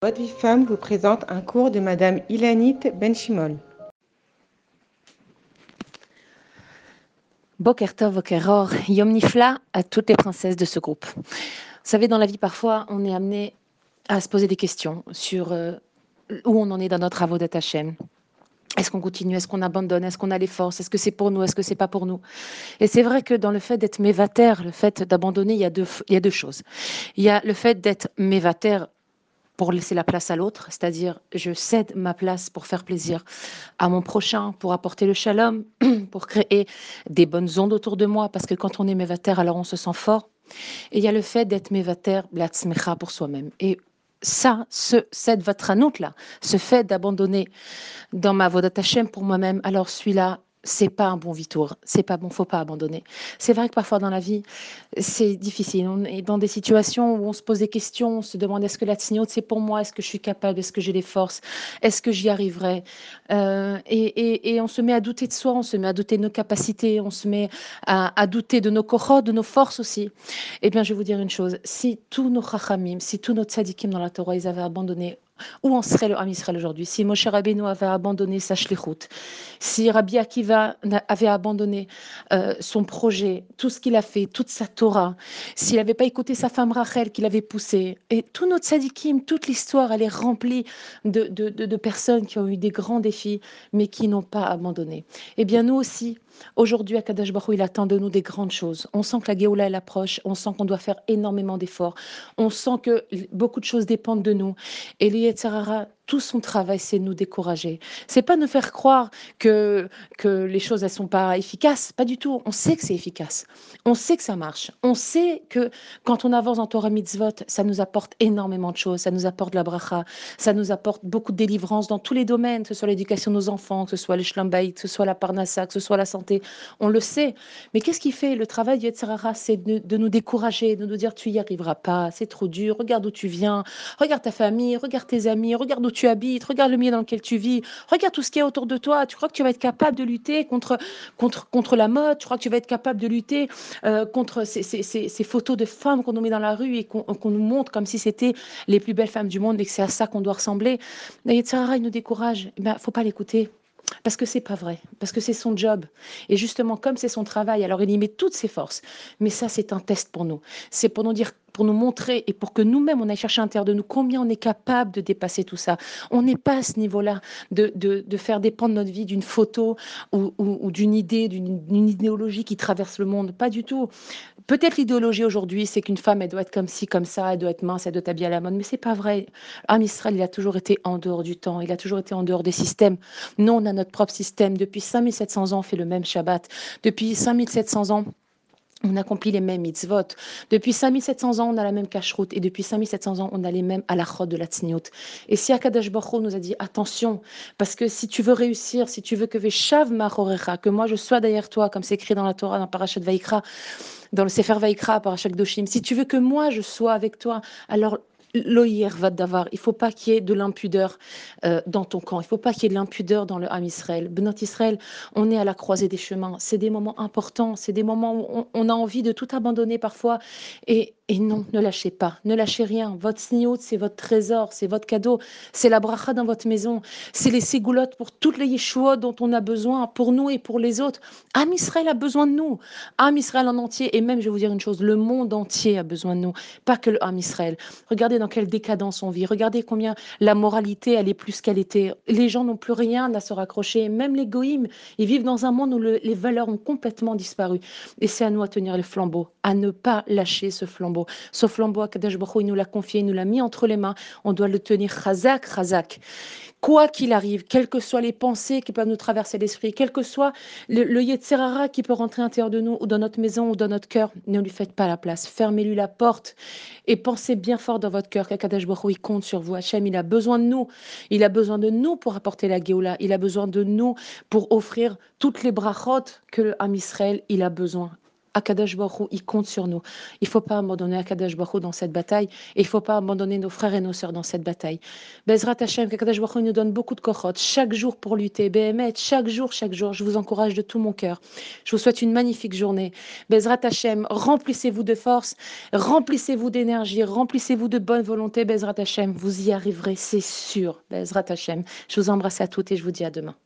Votre vie femme vous présente un cours de Madame Ilanit Benchimol. Boker Tov, Boker Or, Yom Nifla à toutes les princesses de ce groupe. Vous savez, dans la vie, parfois, on est amené à se poser des questions sur où on en est dans notre travaux d'Hachem. Est-ce qu'on continue? Est-ce qu'on abandonne? Est-ce qu'on a les forces? Est-ce que c'est pour nous? Est-ce que c'est pas pour nous? Et c'est vrai que dans le fait d'être mévater, le fait d'abandonner, il y a deux choses. Il y a le fait d'être mévater pour laisser la place à l'autre, c'est-à-dire je cède ma place pour faire plaisir à mon prochain, pour apporter le shalom, pour créer des bonnes ondes autour de moi, parce que quand on est mévater, alors on se sent fort. Et il y a le fait d'être mévater, blatzmecha pour soi-même. Et ça, cette vatranout là, ce fait d'abandonner dans ma vodat Hashem pour moi-même, alors celui-là, c'est pas un bon vitour, c'est pas bon, faut pas abandonner. C'est vrai que parfois dans la vie, c'est difficile. On est dans des situations où on se pose des questions, on se demande est-ce que la tzniut c'est pour moi, est-ce que je suis capable, est-ce que j'ai les forces, est-ce que j'y arriverai. Et on se met à douter de soi, on se met à douter de nos capacités, on se met à douter de nos kochot, de nos forces aussi. Eh bien, je vais vous dire une chose, si tous nos chachamim, si tous nos tzadikim dans la Torah, ils avaient abandonné, où en serait le Ham Israël aujourd'hui? Si Moshe Rabbeinu avait abandonné sa shlichut, si Rabbi Akiva avait abandonné son projet, tout ce qu'il a fait, toute sa Torah, s'il n'avait pas écouté sa femme Rachel qui l'avait poussé, et tout notre tzadikim, toute l'histoire, elle est remplie de personnes qui ont eu des grands défis, mais qui n'ont pas abandonné. Eh bien, nous aussi, aujourd'hui, à Kadosh Baruch Hu, il attend de nous des grandes choses. On sent que la Géoula, elle approche, on sent qu'on doit faire énormément d'efforts, on sent que beaucoup de choses dépendent de nous. Et l'Yetzirara, tout son travail, c'est nous décourager. C'est pas nous faire croire que les choses, elles sont pas efficaces. Pas du tout. On sait que c'est efficace. On sait que ça marche. On sait que quand on avance en Torah Mitzvot, ça nous apporte énormément de choses. Ça nous apporte la bracha. Ça nous apporte beaucoup de délivrance dans tous les domaines, que ce soit l'éducation de nos enfants, que ce soit le shlam bayit, que ce soit la parnassa, que ce soit la santé. On le sait. Mais qu'est-ce qui fait le travail du Yetzirara? C'est de nous décourager, de nous dire tu y arriveras pas, c'est trop dur, regarde où tu viens, regarde ta famille, regarde tes amis, regarde où tu habites, regarde le milieu dans lequel tu vis, regarde tout ce qu'il y a autour de toi. Tu crois que tu vas être capable de lutter contre la mode? Tu crois que tu vas être capable de lutter contre ces photos de femmes qu'on nous met dans la rue et qu'on nous montre comme si c'était les plus belles femmes du monde et que c'est à ça qu'on doit ressembler? Et Yetzirara, il nous décourage. Eh ben, faut pas l'écouter. Parce que c'est pas vrai, parce que c'est son job. Et justement, comme c'est son travail, alors il y met toutes ses forces. Mais ça, c'est un test pour nous. C'est pour nous dire, pour nous montrer et pour que nous-mêmes, on aille chercher à l'intérieur de nous combien on est capable de dépasser tout ça. On n'est pas à ce niveau-là de faire dépendre notre vie d'une photo ou d'une idée, d'une idéologie qui traverse le monde. Pas du tout. Peut-être l'idéologie aujourd'hui, c'est qu'une femme, elle doit être comme ci, comme ça, elle doit être mince, elle doit être habillée à la mode, mais c'est pas vrai. Am Israël, il a toujours été en dehors du temps, il a toujours été en dehors des systèmes. Nous, on a notre propre système. Depuis 5700 ans, on fait le même Shabbat. Depuis 5700 ans, on accomplit les mêmes mitzvot. Depuis 5700 ans, on a la même cacheroute. Et depuis 5700 ans, on a les mêmes halachot de la tzniut. Et si Akadosh Baruch Hu nous a dit attention, parce que si tu veux réussir, si tu veux que Veshav Machorecha, que moi je sois derrière toi, comme c'est écrit dans la Torah, dans Parashat Vaikra, dans le Sefer Vaikra, Parashat Doshim, si tu veux que moi je sois avec toi, alors Loïr va d'avar. Il ne faut pas qu'il y ait de l'impudeur dans ton camp. Il ne faut pas qu'il y ait de l'impudeur dans le Ham Israël. Benot Israël, on est à la croisée des chemins. C'est des moments importants. C'est des moments où on a envie de tout abandonner parfois. Et non, ne lâchez pas. Ne lâchez rien. Votre sniout, c'est votre trésor. C'est votre cadeau. C'est la bracha dans votre maison. C'est les ségoulottes pour toutes les yeshuot dont on a besoin, pour nous et pour les autres. Ham Israël a besoin de nous. Ham Israël en entier. Et même, je vais vous dire une chose, le monde entier a besoin de nous. Pas que le Ham Israël. Regardez dans quelle décadence on vit. Regardez combien la moralité, elle est plus qu'elle était. Les gens n'ont plus rien à se raccrocher. Même les goïms, ils vivent dans un monde où les valeurs ont complètement disparu. Et c'est à nous à tenir le flambeau, à ne pas lâcher ce flambeau. Ce flambeau, Akadosh Baruch Hu, il nous l'a confié, il nous l'a mis entre les mains. On doit le tenir chazak, chazak. Quoi qu'il arrive, quelles que soient les pensées qui peuvent nous traverser l'esprit, quel que soit le Yetzirara qui peut rentrer à l'intérieur de nous, ou dans notre maison, ou dans notre cœur, ne lui faites pas la place. Fermez-lui la porte et pensez bien fort dans votre cœur qu'Akadosh Baruch Hu, il compte sur vous. Hachem, il a besoin de nous. Il a besoin de nous pour apporter la Géoula. Il a besoin de nous pour offrir toutes les brachot que le Ham Israël, il a besoin. Akadosh Baruch Hu, il compte sur nous. Il ne faut pas abandonner Akadosh Baruch Hu dans cette bataille et il ne faut pas abandonner nos frères et nos sœurs dans cette bataille. Bezrat Hashem, qu'Akadosh Baruch Hu nous donne beaucoup de kochot chaque jour pour lutter. Béhémet, chaque jour, chaque jour. Je vous encourage de tout mon cœur. Je vous souhaite une magnifique journée. Bezrat Hashem, remplissez-vous de force, remplissez-vous d'énergie, remplissez-vous de bonne volonté. Bezrat Hashem, vous y arriverez, c'est sûr. Bezrat Hashem. Je vous embrasse à toutes et je vous dis à demain.